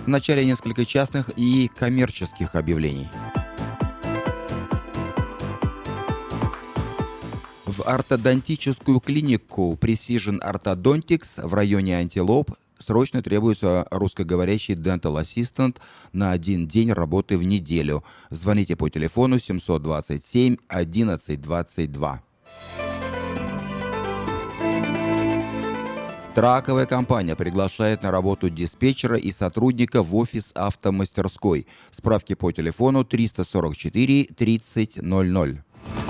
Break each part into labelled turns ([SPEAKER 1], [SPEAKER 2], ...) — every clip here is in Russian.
[SPEAKER 1] Вначале несколько частных и коммерческих объявлений. В ортодонтическую клинику Precision Orthodontics в районе Антилоп срочно требуется русскоговорящий Dental Assistant на 1 день работы в неделю. Звоните по телефону 727 11 22. Траковая компания приглашает на работу диспетчера и сотрудника в офис автомастерской. Справки по телефону 344 30 00.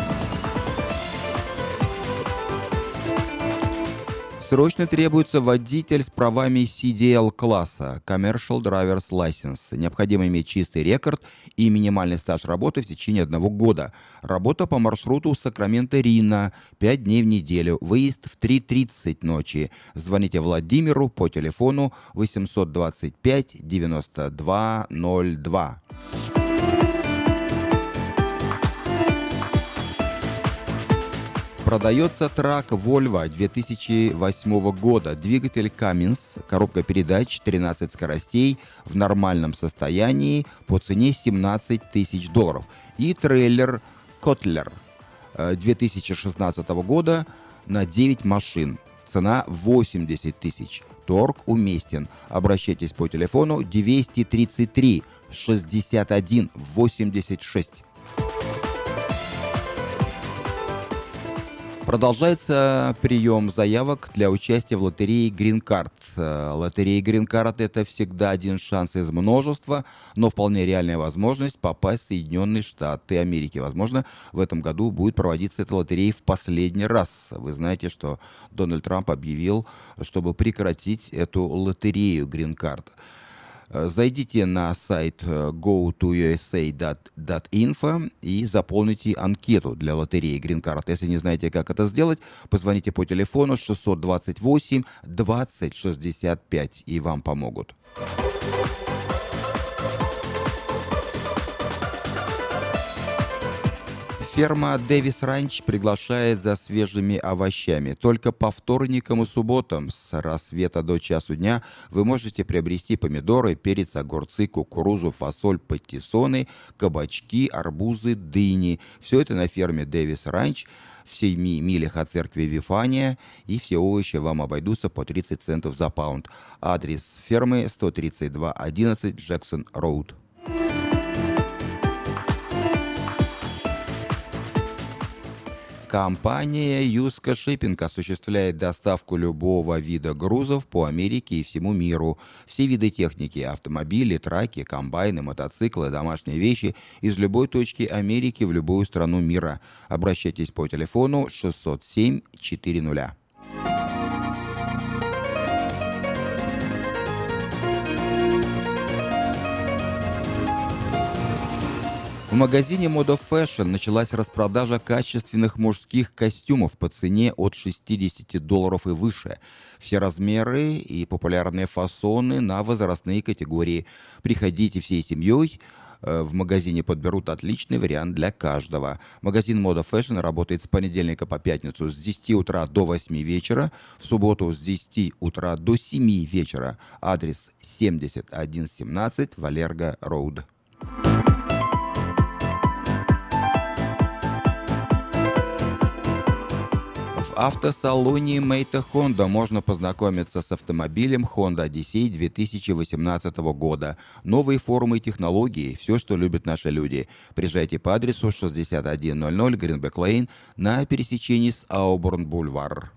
[SPEAKER 1] Срочно требуется водитель с правами CDL-класса Commercial Driver's License. Необходимо иметь чистый рекорд и минимальный стаж работы в течение 1 года. Работа по маршруту Сакраменто-Рино 5 дней в неделю. Выезд в 3:30 ночи. Звоните Владимиру по телефону 825 92 02. Продается трак Volvo 2008 года. Двигатель Cummins, коробка передач, 13 скоростей в нормальном состоянии по цене $17 тысяч. И трейлер Kotler 2016 года на 9 машин. Цена 80 тысяч. Торг уместен. Обращайтесь по телефону 233 61 86. Продолжается прием заявок для участия в лотерее Green Card. Лотерея Green Card – это всегда один шанс из множества, но вполне реальная возможность попасть в Соединенные Штаты Америки. Возможно, в этом году будет проводиться эта лотерея в последний раз. Вы знаете, что Дональд Трамп объявил, чтобы прекратить эту лотерею Green Card. Зайдите на сайт go2usa.info и заполните анкету для лотереи Green Card. Если не знаете, как это сделать, позвоните по телефону 628 20 65 и вам помогут. Ферма Дэвис Ранч приглашает за свежими овощами. Только по вторникам и субботам с рассвета до часу дня вы можете приобрести помидоры, перец, огурцы, кукурузу, фасоль, паттиссоны, кабачки, арбузы, дыни. Все это на ферме Дэвис Ранч в 7 милях от церкви Вифания, и все овощи вам обойдутся по 30 центов за паунд. Адрес фермы 13211 Джексон Роуд. Компания Юска Шиппинг осуществляет доставку любого вида грузов по Америке и всему миру. Все виды техники – автомобили, траки, комбайны, мотоциклы, домашние вещи – из любой точки Америки в любую страну мира. Обращайтесь по телефону 607 400. В магазине Moda Fashion началась распродажа качественных мужских костюмов по цене от $60 и выше. Все размеры и популярные фасоны на возрастные категории. Приходите всей семьей. В магазине подберут отличный вариант для каждого. Магазин Moda Fashion работает с понедельника по пятницу с 10 утра до 8 вечера, в субботу с 10 утра до 7 вечера. Адрес 7117 Валерго Роуд. В автосалоне Мэйта Honda можно познакомиться с автомобилем Honda Odyssey 2018 года. Новые формы и технологии, все, что любят наши люди. Приезжайте по адресу 6100 Greenback Lane на пересечении с Ауборн-Бульвар.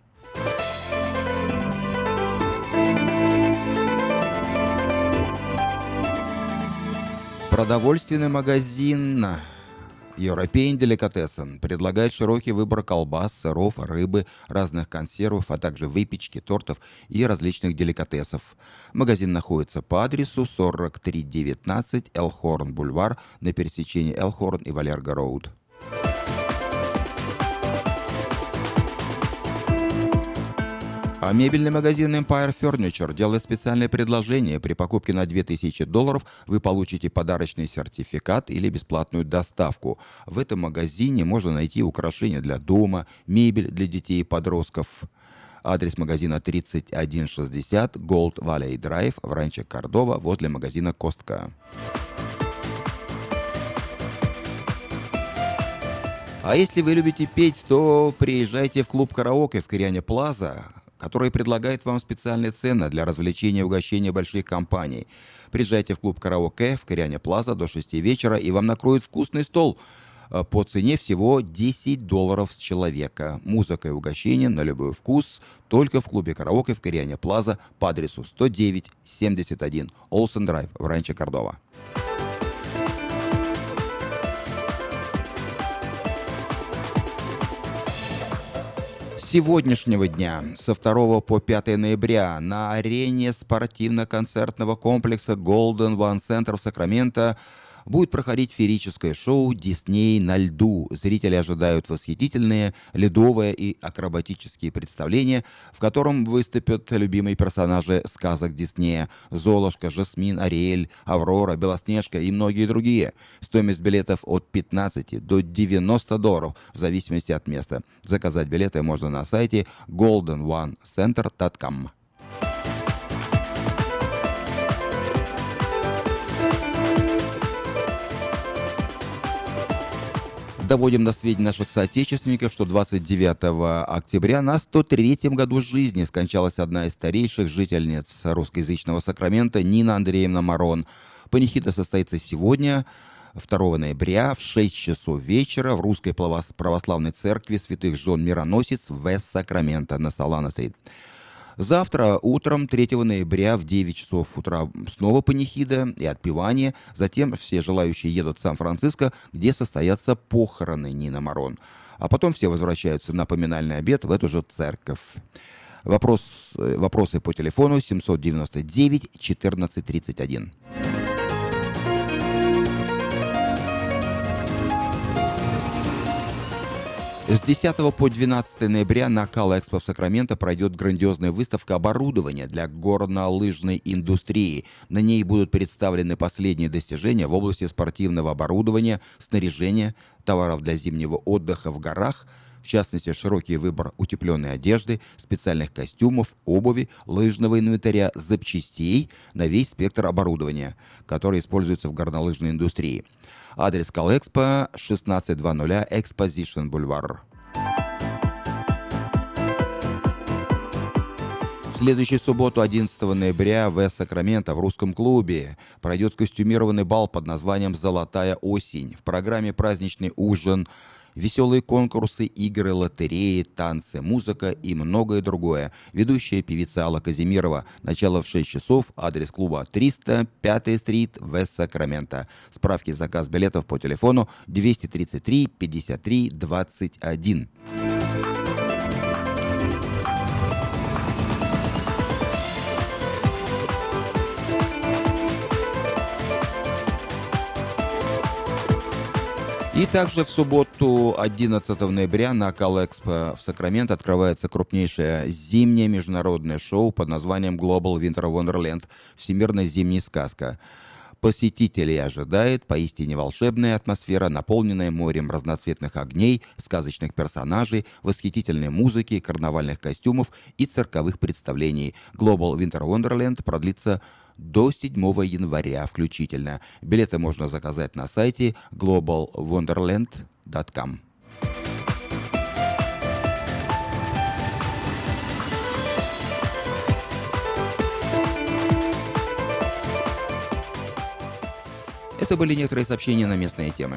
[SPEAKER 1] Продовольственный магазин European Delicatessen предлагает широкий выбор колбас, сыров, рыбы, разных консервов, а также выпечки, тортов и различных деликатесов. Магазин находится по адресу 4319 Элхорн Бульвар на пересечении Элхорн и Валерго Роуд. А мебельный магазин Empire Furniture делает специальное предложение. При покупке на $2000 вы получите подарочный сертификат или бесплатную доставку. В этом магазине можно найти украшения для дома, мебель для детей и подростков, Адрес магазина 3160 Gold Valley Drive в Ранчо Кордова возле магазина Костка. А если вы любите петь, то приезжайте в клуб караоке в Кориане Плаза, который предлагает вам специальные цены для развлечения и угощения больших компаний. Приезжайте в клуб караоке в Кориане Плаза до 6 вечера, и вам накроют вкусный стол по цене всего $10 с человека. Музыка и угощение на любой вкус только в клубе караоке в Кориане Плаза по адресу 10971 Олсен Драйв в Ранчо Кордова. С сегодняшнего дня, со 2 по 5 ноября, на арене спортивно-концертного комплекса Golden One Center в Сакраменто будет проходить феерическое шоу «Дисней на льду». Зрители ожидают восхитительные ледовые и акробатические представления, в котором выступят любимые персонажи сказок Диснея: Золушка, Жасмин, Ариэль, Аврора, Белоснежка и многие другие. Стоимость билетов от $15 до $90 в зависимости от места. Заказать билеты можно на сайте goldenonecenter.com. Доводим до сведения наших соотечественников, что 29 октября на 103-м году жизни скончалась одна из старейших жительниц русскоязычного Сакрамента Нина Андреевна Марон. Панихида состоится сегодня, 2 ноября, в 6 часов вечера в Русской православной церкви Святых Жен Мироносец в Вест-Сакраменто на Солана-стрит. Завтра утром, 3 ноября, в 9 часов утра снова панихида и отпевание. Затем все желающие едут в Сан-Франциско, где состоятся похороны Нины Марон. А потом все возвращаются на поминальный обед в эту же церковь. Вопросы по телефону 799 14 31. С 10 по 12 ноября на Кал-Экспо в Сакраменто пройдет грандиозная выставка оборудования для горнолыжной индустрии. На ней будут представлены последние достижения в области спортивного оборудования, снаряжения, товаров для зимнего отдыха в горах, в частности, широкий выбор утепленной одежды, специальных костюмов, обуви, лыжного инвентаря, запчастей на весь спектр оборудования, который используется в горнолыжной индустрии. Адрес Кал-Экспо 1600 Exposition Boulevard. В следующую субботу, 11 ноября, в Сакраменто в русском клубе пройдет костюмированный бал под названием «Золотая осень». В программе праздничный ужин, веселые конкурсы, игры, лотереи, танцы, музыка и многое другое. Ведущая певица Алла Казимирова. Начало в 6 часов. Адрес клуба 300 5-й стрит, Вест Сакраменто. Справки и заказ билетов по телефону 233 53 21. И также в субботу, 11 ноября, на Кал-Экспо в Сакраменто открывается крупнейшее зимнее международное шоу под названием Global Winter Wonderland – Всемирная зимняя сказка. Посетителей ожидает поистине волшебная атмосфера, наполненная морем разноцветных огней, сказочных персонажей, восхитительной музыки, карнавальных костюмов и цирковых представлений. Global Winter Wonderland продлится до 7 января включительно. Билеты можно заказать на сайте globalwonderland.com. Это были некоторые сообщения на местные темы.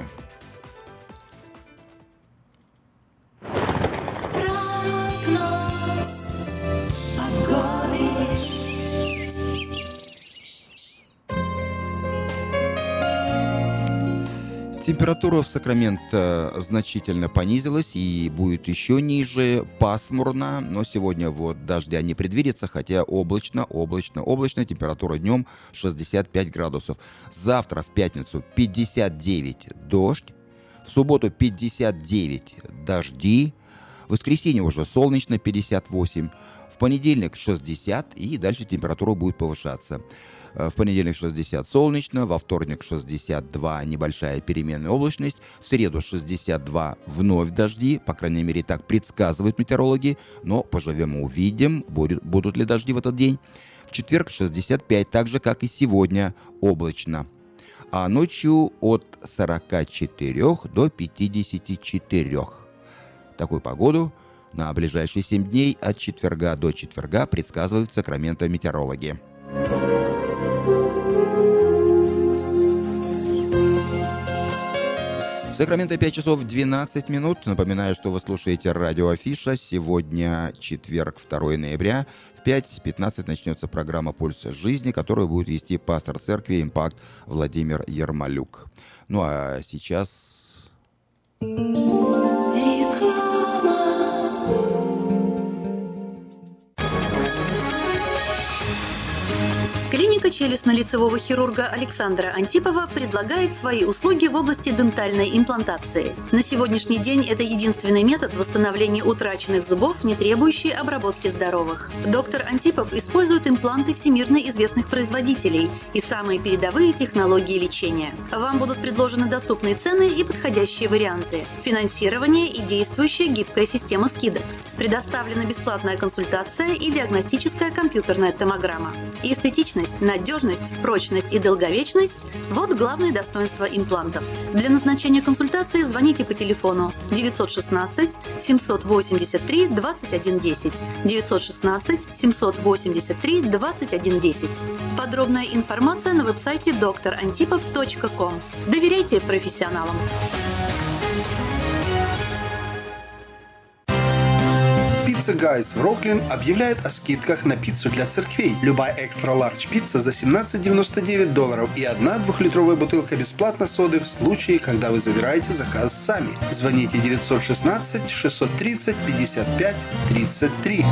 [SPEAKER 1] Температура в Сакраменто значительно понизилась и будет еще ниже, пасмурно, но сегодня вот дождя не предвидится, хотя облачно, температура днем 65 градусов. Завтра в пятницу 59 дождь, в субботу 59 дожди, в воскресенье уже солнечно 58, в понедельник 60 и дальше температура будет повышаться. В понедельник 60 солнечно, во вторник 62 небольшая переменная облачность, в среду 62 вновь дожди, по крайней мере так предсказывают метеорологи, но поживем и увидим, будут ли дожди в этот день. В четверг 65, так же как и сегодня, облачно. А ночью от 44 до 54. Такую погоду на ближайшие 7 дней от четверга до четверга предсказывают в Сакраменто метеорологи. В Сакраменто 5 часов 12 минут. Напоминаю, что вы слушаете радио Афиша. Сегодня четверг, 2 ноября. В 5:15 начнется программа «Пульс жизни», которую будет вести пастор церкви «Импакт» Владимир Ермолюк. Ну а сейчас...
[SPEAKER 2] Клиника челюстно-лицевого хирурга Александра Антипова предлагает свои услуги в области дентальной имплантации. На сегодняшний день это единственный метод восстановления утраченных зубов, не требующий обработки здоровых. Доктор Антипов использует импланты всемирно известных производителей и самые передовые технологии лечения. Вам будут предложены доступные цены и подходящие варианты, финансирование и действующая гибкая система скидок. Предоставлена бесплатная консультация и диагностическая компьютерная томограмма. Эстетичность, надежность, прочность и долговечность – вот главные достоинства имплантов. Для назначения консультации звоните по телефону 916 783 2110, 916 783 2110. Подробная информация на веб-сайте drantipov.com. Доверяйте профессионалам.
[SPEAKER 3] Pizza Guys в Роклин объявляет о скидках на пиццу для церквей. Любая экстра-лардж пицца за $17.99 и 1 2-литровая бутылка бесплатно соды в случае, когда вы забираете заказ сами. Звоните 916 630 55 33.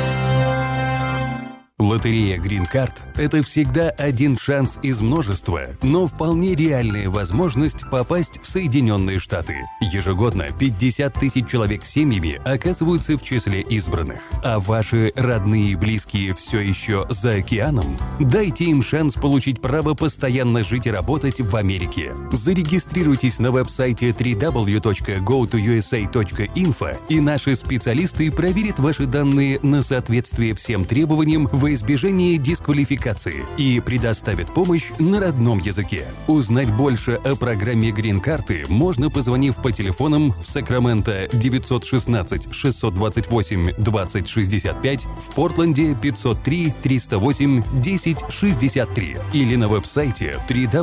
[SPEAKER 4] Лотерея Green Card – это всегда один шанс из множества, но вполне реальная возможность попасть в Соединенные Штаты. Ежегодно 50 тысяч человек с семьями оказываются в числе избранных. А ваши родные и близкие все еще за океаном? Дайте им шанс получить право постоянно жить и работать в Америке. Зарегистрируйтесь на веб-сайте www.gotousa.info, и наши специалисты проверят ваши данные на соответствие всем требованиям во избежание дисквалификации и предоставят помощь на родном языке. Узнать больше о программе Green Card можно, позвонив по телефонам в Сакраменто 916 628 2065, в Портленде 503 308 1063 или на веб-сайте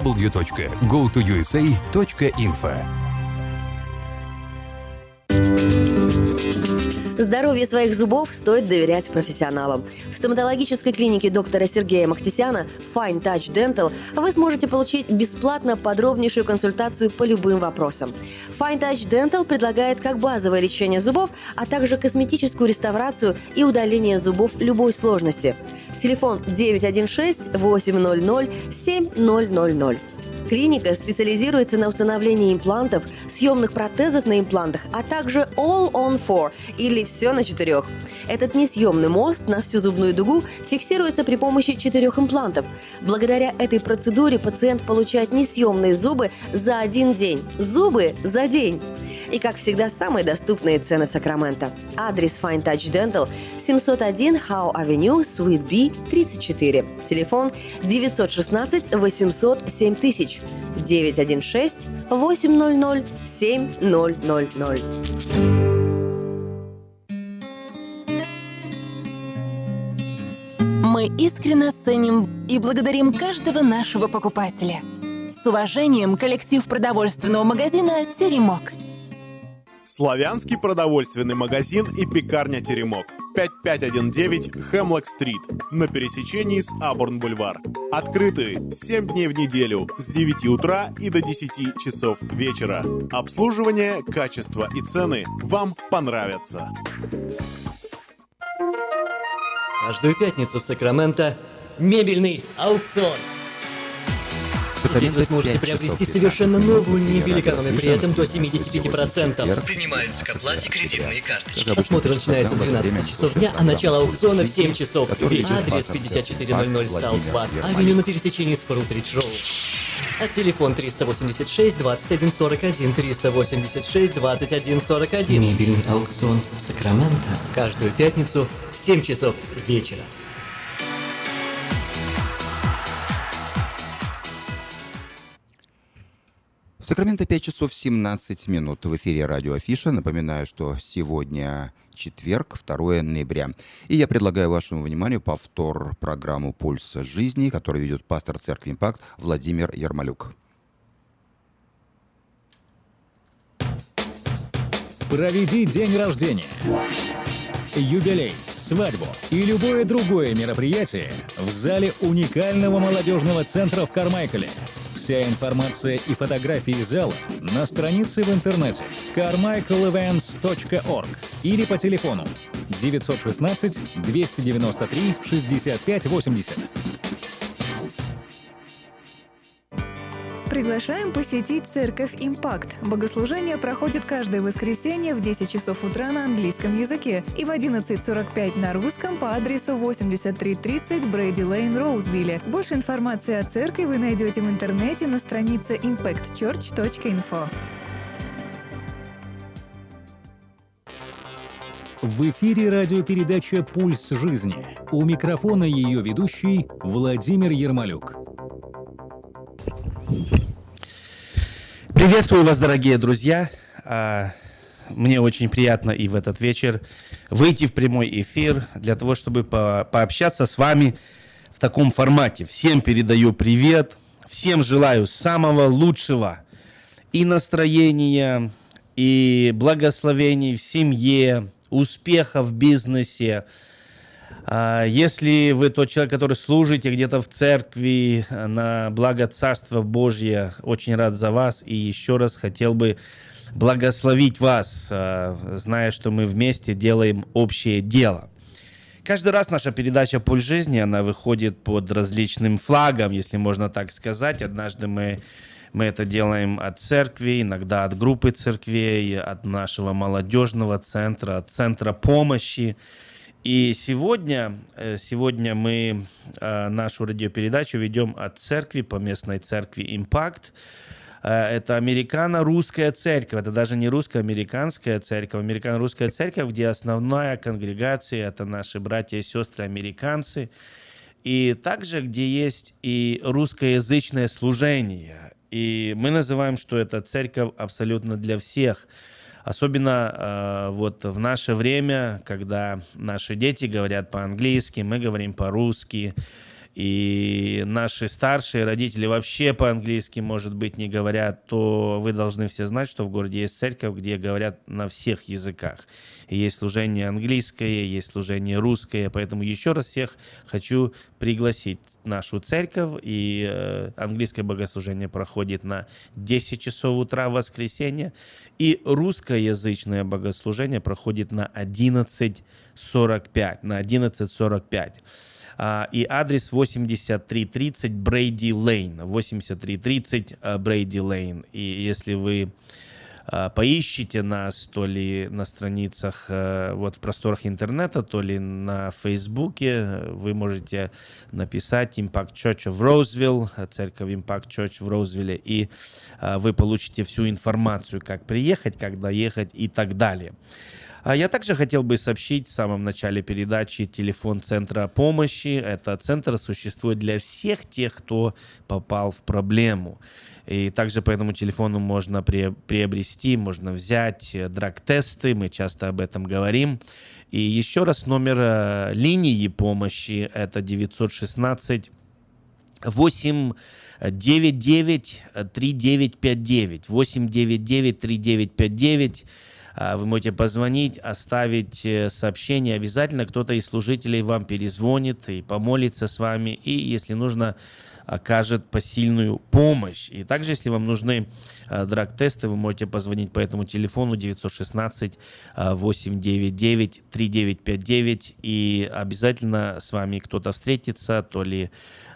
[SPEAKER 4] www.gotousa.info.
[SPEAKER 5] Здоровье своих зубов стоит доверять профессионалам. В стоматологической клинике доктора Сергея Махтисяна Fine Touch Dental вы сможете получить бесплатно подробнейшую консультацию по любым вопросам. Fine Touch Dental предлагает как базовое лечение зубов, а также косметическую реставрацию и удаление зубов любой сложности. Телефон 916-800-7000. Клиника специализируется на установлении имплантов, съемных протезов на имплантах, а также All on 4 или «Все на 4». Этот несъемный мост на всю зубную дугу фиксируется при помощи 4 имплантов. Благодаря этой процедуре пациент получает несъемные зубы за 1 день. Зубы за день! И, как всегда, самые доступные цены в Сакраменто. Адрес Fine Touch Dental 701 Howe Avenue, Suite B, 34. Телефон 916 800 7000, 916 800 7000.
[SPEAKER 6] Мы искренне ценим и благодарим каждого нашего покупателя. С уважением, коллектив продовольственного магазина «Теремок».
[SPEAKER 7] Славянский продовольственный магазин и пекарня «Теремок». 5519 Хемлок-стрит на пересечении с Абурн-бульвар. Открыты 7 дней в неделю с 9 утра и до 10 часов вечера. Обслуживание, качество и цены вам понравятся.
[SPEAKER 8] Каждую пятницу в Сакраменто мебельный аукцион.
[SPEAKER 1] В
[SPEAKER 8] Здесь вы сможете приобрести совершенно новую мебель, экономя при этом до 75%. Принимаются к оплате кредитные карточки. Осмотр начинается с 12 часов дня, а начало аукциона в 7 часов. Адрес 5400 South Park Авеню на пересечении с Фрутридж Роуд. А телефон 386 21 41 386 21 41. Мебельный аукцион Сакраменто. Каждую пятницу в 7 часов вечера.
[SPEAKER 1] В Сакраменто 5 часов 17 минут. В эфире радио Афиша. Напоминаю, что сегодня четверг, 2 ноября. И я предлагаю вашему вниманию повтор программу «Пульс жизни», которую ведет пастор церкви «Импакт» Владимир Ермолюк.
[SPEAKER 9] Проведи день рождения, юбилей, свадьбу и любое другое мероприятие в зале уникального молодежного центра в Кармайкле. Вся информация и фотографии зала на странице в интернете carmichaelevents.org или по телефону 916 293 65 80.
[SPEAKER 10] Приглашаем посетить Церковь «Импакт». Богослужение проходит каждое воскресенье в 10 часов утра на английском языке и в 11:45 на русском по адресу 8330 Брейди Лейн, Роузвилле. Больше информации о церкви вы найдете в интернете на странице impactchurch.info.
[SPEAKER 9] В эфире радиопередача «Пульс жизни». У микрофона ее ведущий Владимир Ермолюк.
[SPEAKER 11] Приветствую вас, дорогие друзья. Мне очень приятно и в этот вечер выйти в прямой эфир для того, чтобы пообщаться с вами в таком формате. Всем передаю привет, всем желаю самого лучшего и настроения, и благословений в семье, успеха в бизнесе. Если вы тот человек, который служите где-то в церкви на благо Царства Божье, очень рад за вас и еще раз хотел бы благословить вас, зная, что мы вместе делаем общее дело. Каждый раз наша передача «Пульс жизни», она выходит под различным флагом, если можно так сказать. Однажды мы это делаем от церкви, иногда от группы церквей, от нашего молодежного центра, от центра помощи. И сегодня мы нашу радиопередачу ведем от церкви, поместной церкви «Импакт». Это американо-русская церковь, это даже не русско-американская церковь, американо-русская церковь, где основная конгрегация – это наши братья и сестры американцы, и также, где есть и русскоязычное служение. И мы называем, что это церковь абсолютно для всех. Особенно вот в наше время, когда наши дети говорят по-английски, мы говорим по-русски, и наши старшие родители вообще по-английски, может быть, не говорят, то вы должны все знать, что в городе есть церковь, где говорят на всех языках. И есть служение английское, есть служение русское, поэтому еще раз всех хочу пригласить в нашу церковь. И английское богослужение проходит на 10 часов утра в воскресенье, и русскоязычное богослужение проходит на 11:45. И адрес 8330 Брейди Лейн. 8330 Брейди Лейн. И если вы поищите нас то ли на страницах вот в просторах интернета, то ли на Фейсбуке, вы можете написать Impact Church of Roseville, церковь Impact Church в Роузвилле, и вы получите всю информацию, как приехать, как доехать и так далее. Я также хотел бы сообщить в самом начале передачи телефон Центра помощи. Этот центр существует для всех тех, кто попал в проблему. И также по этому телефону можно приобрести, можно взять драг-тесты. Мы часто об этом говорим. И еще раз номер линии помощи – это 916 899 3959. 899 3959. Вы можете позвонить, оставить сообщение. Обязательно кто-то из служителей вам перезвонит и помолится с вами. И, если нужно, окажет посильную помощь. И также, если вам нужны драг-тесты, вы можете позвонить по этому телефону 916 899 3959. И обязательно с вами кто-то встретится, то ли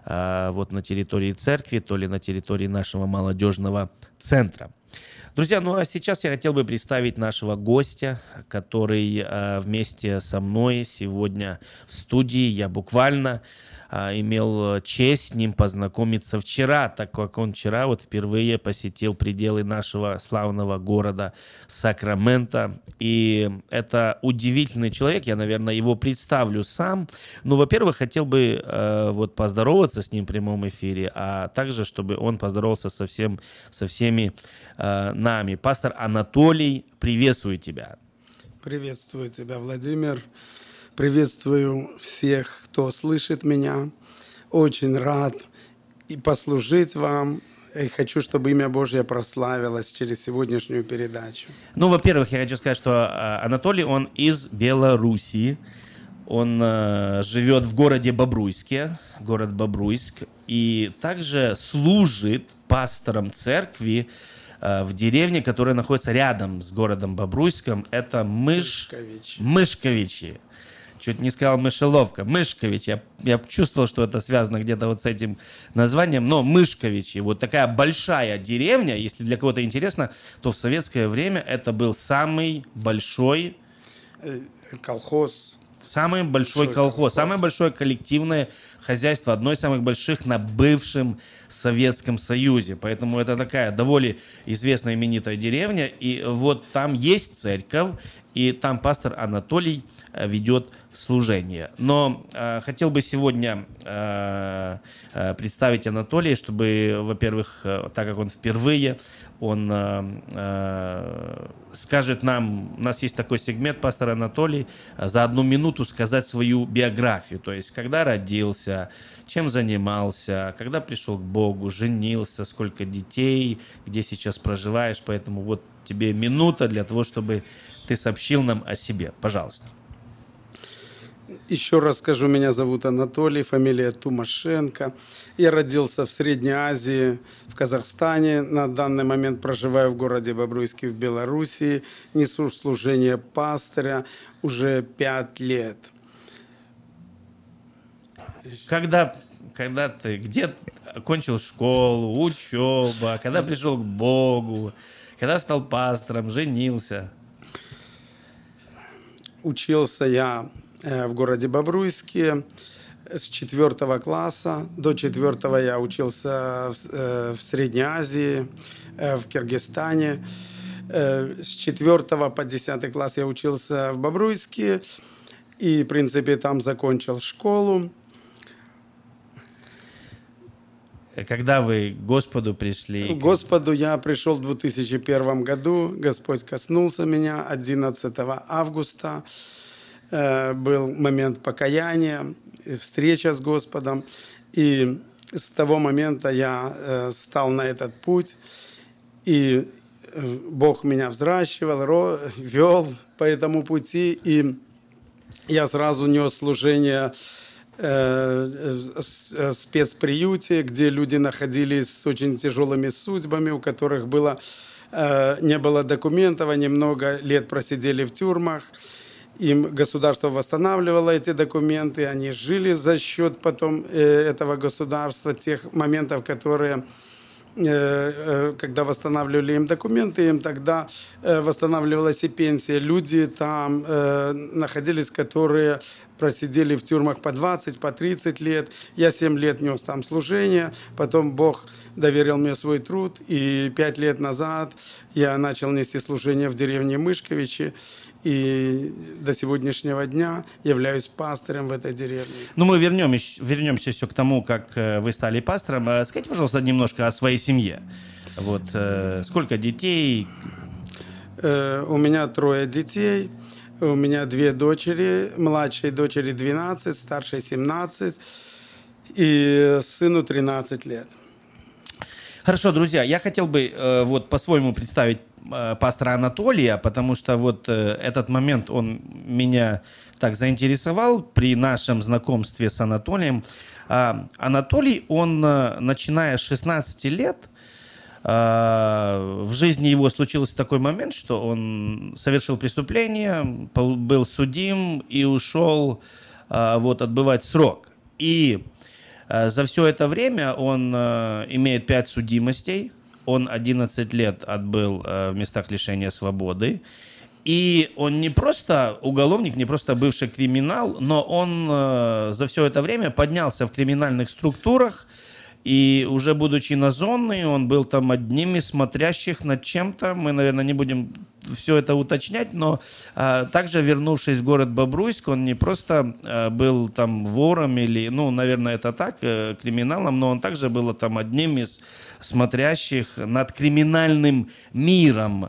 [SPEAKER 11] вот на территории церкви, то ли на территории нашего молодежного центра. Друзья, ну а сейчас я хотел бы представить нашего гостя, который вместе со мной сегодня в студии. Я буквально имел честь с ним познакомиться вчера, так как он вчера вот впервые посетил пределы нашего славного города Сакраменто. И это удивительный человек, я, наверное, его представлю сам. Ну, во-первых, хотел бы вот поздороваться с ним в прямом эфире, а также, чтобы он поздоровался со всеми нами. Пастор Анатолий, приветствую тебя.
[SPEAKER 12] Приветствую тебя, Владимир. Приветствую всех, кто слышит меня. Очень рад и послужить вам. И хочу, чтобы имя Божье прославилось через сегодняшнюю передачу.
[SPEAKER 11] Ну, во-первых, я хочу сказать, что Анатолий, он из Белоруссии. Он живет в городе Бобруйске, город Бобруйск, и также служит пастором церкви в деревне, которая находится рядом с городом Бобруйском. Это Мышковичи. Чуть не сказал Мышеловка. Мышковичи. Я чувствовал, что это связано где-то вот с этим названием, но Мышковичи. Вот такая большая деревня. Если для кого-то интересно, то в советское время это был самый большой
[SPEAKER 12] колхоз.
[SPEAKER 11] Самый большой колхоз, самое большое коллективное хозяйство, одно из самых больших на бывшем Советском Союзе. Поэтому это такая довольно известная именитая деревня. И вот там есть церковь, и там пастор Анатолий ведет служение. Но хотел бы сегодня представить Анатолия, чтобы, во-первых, так как он впервые, он скажет нам, у нас есть такой сегмент, пастор Анатолий, за 1 минуту сказать свою биографию, то есть когда родился, чем занимался, когда пришел к Богу, женился, сколько детей, где сейчас проживаешь, поэтому вот тебе минута для того, чтобы ты сообщил нам о себе. Пожалуйста.
[SPEAKER 12] Еще раз скажу, меня зовут Анатолий, фамилия Тумашенко. Я родился в Средней Азии, в Казахстане. На данный момент проживаю в городе Бобруйске в Белоруссии. Несу служение пастыря уже 5 лет.
[SPEAKER 11] Когда ты, где окончил школу, учеба, когда пришел к Богу, когда стал пастором, женился?
[SPEAKER 12] Учился я в городе Бобруйске с 4 класса. До 4 я учился в Средней Азии, в Киргизстане. С 4 по 10 класс я учился в Бобруйске и, в принципе, там закончил школу.
[SPEAKER 11] Когда вы к Господу пришли?
[SPEAKER 12] К Господу я пришел в 2001 году. Господь коснулся меня 11 августа. Был момент покаяния, встреча с Господом. И с того момента я стал на этот путь. И Бог меня взращивал, вел по этому пути. И я сразу нес служение в спецприюте, где люди находились с очень тяжелыми судьбами, у которых не было документов, они много лет просидели в тюрьмах. Им государство восстанавливало эти документы, они жили за счет потом этого государства, тех моментов, которые, когда восстанавливали им документы, им тогда восстанавливалась и пенсия. Люди там находились, которые просидели в тюрьмах по 20, по 30 лет. Я 7 лет нес там служение, потом Бог доверил мне свой труд, и 5 лет назад я начал нести служение в деревне Мышковичи, и до сегодняшнего дня являюсь пастором в этой деревне.
[SPEAKER 11] Ну, мы вернемся еще к тому, как вы стали пастором. Скажите, пожалуйста, немножко о своей семье. Вот, сколько детей?
[SPEAKER 12] У меня 3 детей. У меня 2 дочери. Младшей дочери 12, старшей 17. И сыну 13 лет.
[SPEAKER 11] Хорошо, друзья, я хотел бы вот по-своему представить пастора Анатолия, потому что вот этот момент, он меня так заинтересовал при нашем знакомстве с Анатолием. Анатолий, он, начиная с 16 лет, в жизни его случился такой момент, что он совершил преступление, был судим и ушел вот, отбывать срок. И За все это время он имеет 5 судимостей, он 11 лет отбыл в местах лишения свободы. И он не просто уголовник, не просто бывший криминал, но он за все это время поднялся в криминальных структурах, и уже будучи на зоне, он был там одним из смотрящих над чем-то. Мы, наверное, не будем все это уточнять, но также, вернувшись в город Бобруйск, он не просто был там вором или, ну, наверное, это так, криминалом, но он также был там одним из смотрящих над криминальным миром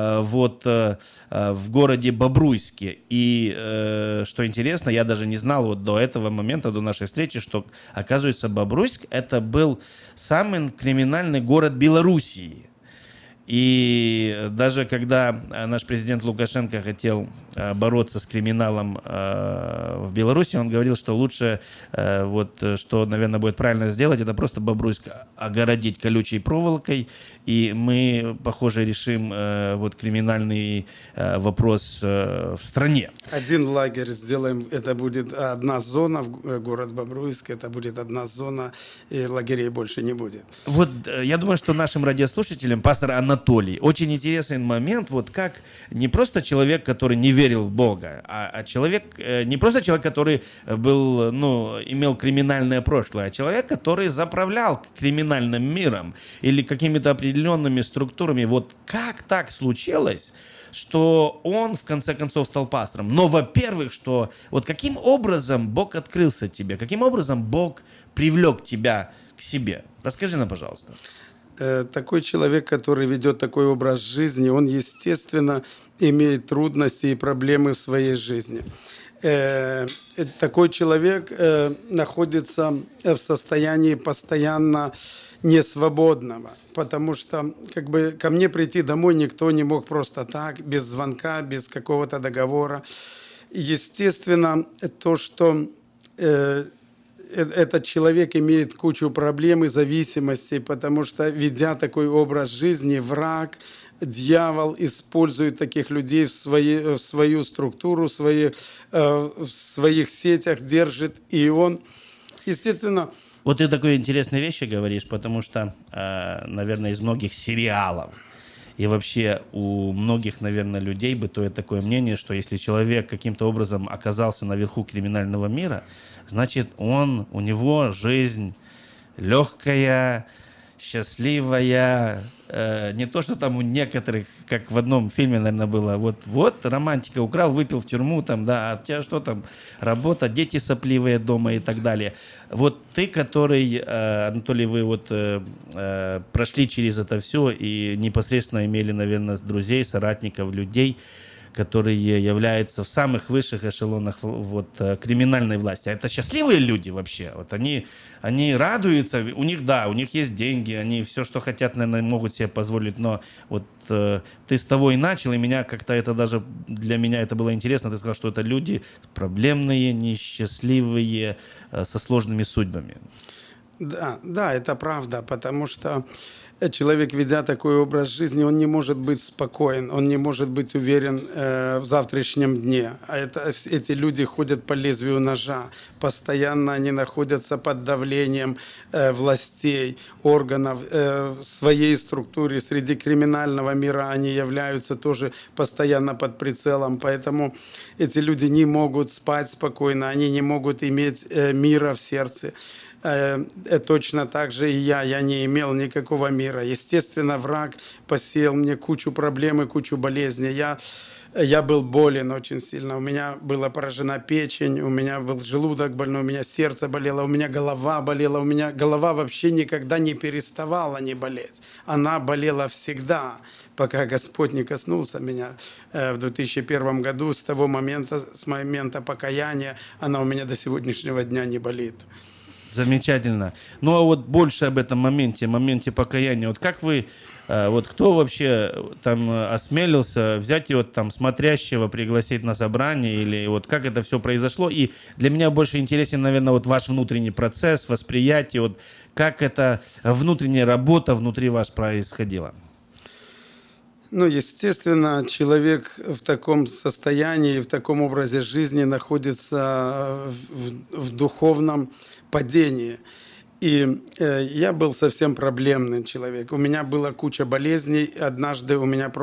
[SPEAKER 11] в городе Бобруйске. И что интересно, я даже не знал вот до этого момента, до нашей встречи, что, оказывается, Бобруйск это был самый криминальный город Белоруссии. И даже когда наш президент Лукашенко хотел бороться с криминалом в Беларуси, он говорил, что лучше, что, наверное, будет правильно сделать, это просто Бобруйск огородить колючей проволокой, и мы, похоже, решим криминальный вопрос в стране.
[SPEAKER 12] Один лагерь сделаем, это будет одна зона, в город Бобруйск, это будет одна зона, и лагерей больше не будет.
[SPEAKER 11] Вот я думаю, что нашим радиослушателям, пастор Анатолий, очень интересный момент, вот как не просто человек, который не верил в Бога, а человек, не просто человек, который был, имел криминальное прошлое, а человек, который заправлял криминальным миром или какими-то определенными структурами. Вот как так случилось, что он в конце концов стал пастором? Но, во-первых, что вот каким образом Бог открылся тебе, каким образом Бог привлек тебя к себе? Расскажи нам, пожалуйста.
[SPEAKER 12] Такой человек, который ведет такой образ жизни, он, естественно, имеет трудности и проблемы в своей жизни. Такой человек находится в состоянии постоянно несвободного, потому что ко мне прийти домой никто не мог просто так, без звонка, без какого-то договора. Естественно, то, что этот человек имеет кучу проблем и зависимостей, потому что, ведя такой образ жизни, враг, дьявол использует таких людей в свою структуру, в своих сетях держит, и он, естественно...
[SPEAKER 11] Вот ты такой интересные вещи говоришь, потому что, наверное, из многих сериалов и вообще у многих, наверное, людей бытует такое мнение, что если человек каким-то образом оказался наверху криминального мира, значит, у него жизнь легкая, счастливая, не то, что там у некоторых, как в одном фильме, наверное, было, вот романтика, украл, выпил в тюрьму, а у тебя что там, работа, дети сопливые дома и так далее. Вот ты, который, Анатолий, вы прошли через это все и непосредственно имели, наверное, друзей, соратников, людей, которые являются в самых высших эшелонах криминальной власти. А это счастливые люди вообще. Они радуются, у них есть деньги, они все, что хотят, наверное, могут себе позволить. Но ты с того и начал, и для меня это было интересно. Ты сказал, что это люди проблемные, несчастливые, со сложными судьбами.
[SPEAKER 12] Да, это правда, потому что человек, ведя такой образ жизни, он не может быть спокоен, он не может быть уверен в завтрашнем дне. Эти люди ходят по лезвию ножа, постоянно они находятся под давлением властей, органов, в своей структуре. Среди криминального мира они являются тоже постоянно под прицелом, поэтому эти люди не могут спать спокойно, они не могут иметь мира в сердце. Точно так же и я не имел никакого мира. Естественно, враг посеял мне кучу проблем и кучу болезней. Я был болен очень сильно. У меня была поражена печень, у меня был желудок больной, у меня сердце болело, у меня голова болела. У меня голова вообще никогда не переставала не болеть. Она болела всегда, пока Господь не коснулся меня в 2001 году. С момента покаяния, она у меня до сегодняшнего дня не болит.
[SPEAKER 11] Замечательно. Ну, а больше об этом моменте покаяния. Как вы, кто вообще там осмелился взять его смотрящего, пригласить на собрание, или как это все произошло? И для меня больше интересен, наверное, ваш внутренний процесс, восприятие, как эта внутренняя работа внутри вас происходила.
[SPEAKER 12] Естественно, человек в таком состоянии, в таком образе жизни находится в духовном падении. И я был совсем проблемный человек. У меня была куча болезней. Однажды у меня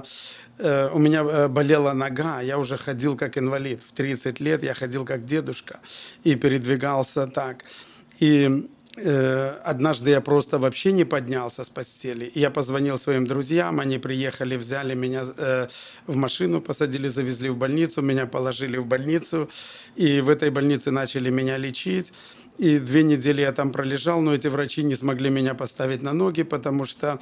[SPEAKER 12] болела нога. Я уже ходил как инвалид. В 30 лет я ходил как дедушка и передвигался так. И однажды я просто вообще не поднялся с постели. И я позвонил своим друзьям, они приехали, взяли меня в машину, посадили, завезли в больницу, меня положили в больницу. И в этой больнице начали меня лечить. И 2 недели я там пролежал, но эти врачи не смогли меня поставить на ноги, потому что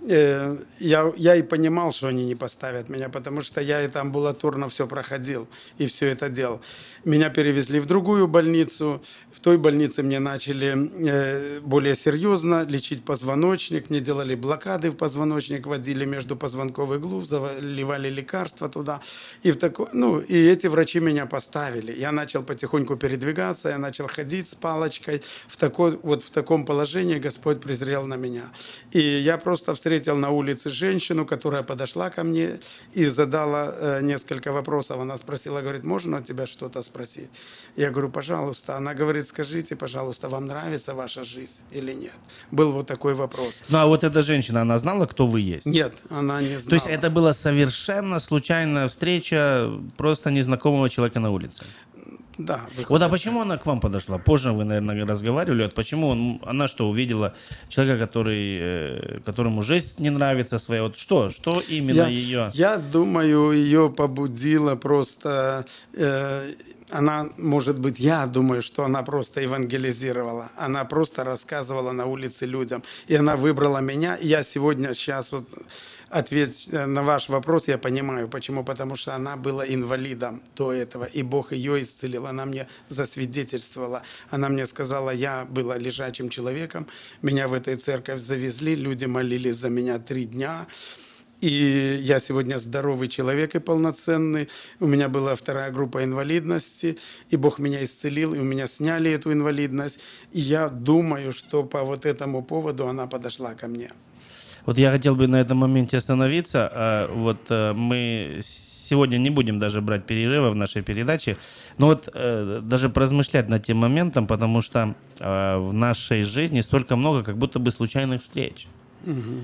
[SPEAKER 12] я и понимал, что они не поставят меня, потому что я это амбулаторно все проходил и все это делал. Меня перевезли в другую больницу. В той больнице мне начали более серьезно лечить позвоночник. Мне делали блокады в позвоночник, вводили между позвонковых глуб, заливали лекарства туда. И эти врачи меня поставили. Я начал потихоньку передвигаться, я начал ходить с палочкой. В таком положении Господь презрел на меня. И я просто встретил на улице женщину, которая подошла ко мне и задала несколько вопросов. Она спросила, говорит, можно у тебя что-то спросить? Я говорю, пожалуйста. Она говорит, скажите, пожалуйста, вам нравится ваша жизнь или нет? Был вот такой вопрос.
[SPEAKER 11] Ну, а вот эта женщина, она знала, кто вы есть?
[SPEAKER 12] Нет, она не знала.
[SPEAKER 11] То есть это была совершенно случайная встреча просто незнакомого человека на улице?
[SPEAKER 12] Да.
[SPEAKER 11] Вот, а почему она к вам подошла? Позже вы, наверное, разговаривали. Вот почему она что, увидела человека, которому жизнь не нравится своя? Вот что именно ее?
[SPEAKER 12] Я думаю, ее побудило просто... Она, может быть, я думаю, что она просто евангелизировала. Она просто рассказывала на улице людям. И она выбрала меня. Я сейчас вот ответить на ваш вопрос, я понимаю, почему. Потому что она была инвалидом до этого. И Бог ее исцелил. Она мне засвидетельствовала. Она мне сказала, я была лежачим человеком. Меня в этой церковь завезли. Люди молились за меня 3 дня. И я сегодня здоровый человек и полноценный. У меня была 2-я группа инвалидности, и Бог меня исцелил, и у меня сняли эту инвалидность. И я думаю, что по вот этому поводу она подошла ко мне.
[SPEAKER 11] Вот я хотел бы на этом моменте остановиться. Вот мы сегодня не будем даже брать перерыва в нашей передаче, но вот даже поразмышлять над тем моментом, потому что в нашей жизни столько много как будто бы случайных встреч.
[SPEAKER 12] Угу.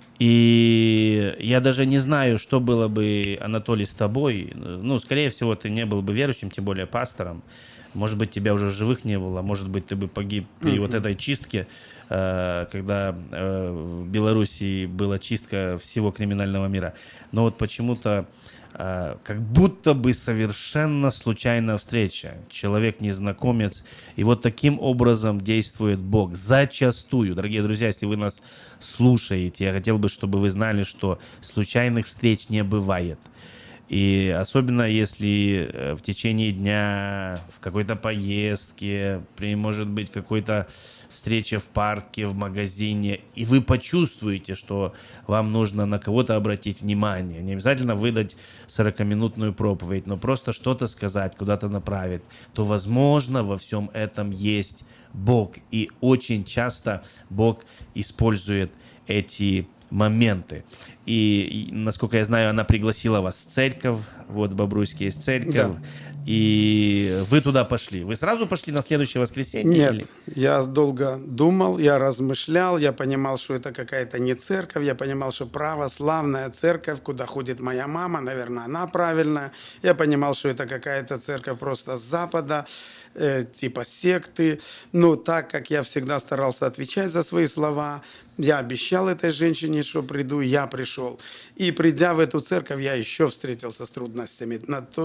[SPEAKER 11] И я даже не знаю, что было бы, Анатолий, с тобой. Ну, скорее всего, ты не был бы верующим, тем более пастором. Может быть, тебя уже живых не было. Может быть, ты бы погиб при вот этой чистке, когда в Белоруссии была чистка всего криминального мира. Но вот почему-то как будто бы совершенно случайная встреча. Человек-незнакомец. И вот таким образом действует Бог. Зачастую. Дорогие друзья, если вы нас слушаете, я хотел бы, чтобы вы знали, что случайных встреч не бывает. И особенно если в течение дня, в какой-то поездке, может быть, какой-то встрече в парке, в магазине, и вы почувствуете, что вам нужно на кого-то обратить внимание. Не обязательно выдать 40-минутную проповедь, но просто что-то сказать, куда-то направить, то, возможно, во всем этом есть Бог. И очень часто Бог использует эти моменты. И, насколько я знаю, она пригласила вас в церковь, вот в Бобруйске есть церковь, да. И вы туда пошли. Вы сразу пошли на следующее воскресенье?
[SPEAKER 12] Нет,
[SPEAKER 11] или?
[SPEAKER 12] Я долго думал, я размышлял, я понимал, что это какая-то не церковь, я понимал, что православная церковь, куда ходит моя мама, наверное, она правильная. Я понимал, что это какая-то церковь просто с Запада, типа секты. Но так как я всегда старался отвечать за свои слова, я обещал этой женщине, что приду, я пришел. И придя в эту церковь, я еще встретился с трудностями.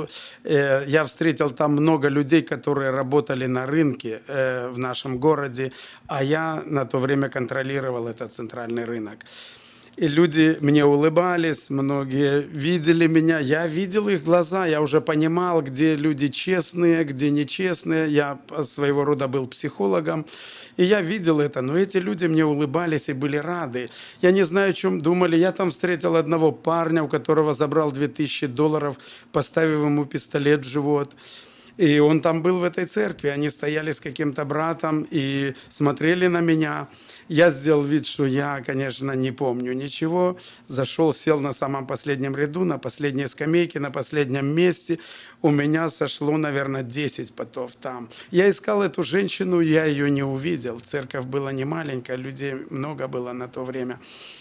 [SPEAKER 12] Я встретил там много людей, которые работали на рынке в нашем городе, а я на то время контролировал этот центральный рынок. И люди мне улыбались, многие видели меня, я видел их глаза, я уже понимал, где люди честные, где нечестные. Я своего рода был психологом, и я видел это, но эти люди мне улыбались и были рады. Я не знаю, о чем думали. Я там встретил одного парня, у которого забрал $2000, поставив ему пистолет в живот. И он там был в этой церкви. Они стояли с каким-то братом и смотрели на меня. Я сделал вид, что я, конечно, не помню ничего. Зашел, сел на самом последнем ряду, на последней скамейке, на последнем месте. У меня сошло, наверное, 10 потов там. Я искал эту женщину, я ее не увидел. Церковь была не маленькая, людей много было на то время.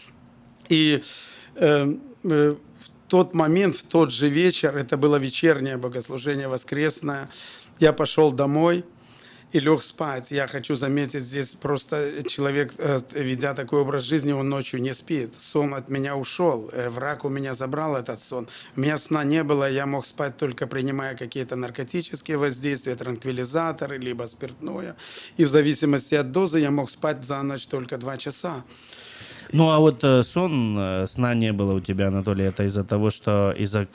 [SPEAKER 12] И в тот момент, в тот же вечер, это было вечернее богослужение воскресное, я пошел домой и лег спать. Я хочу заметить, здесь просто человек, ведя такой образ жизни, он ночью не спит. Сон от меня ушел, враг у меня забрал этот сон. У меня сна не было, я мог спать только принимая какие-то наркотические воздействия, транквилизаторы, либо спиртное. И в зависимости от дозы я мог спать за ночь только 2 часа.
[SPEAKER 11] Ну, а вот сна не было у тебя, Анатолий, это из-за того, что из-за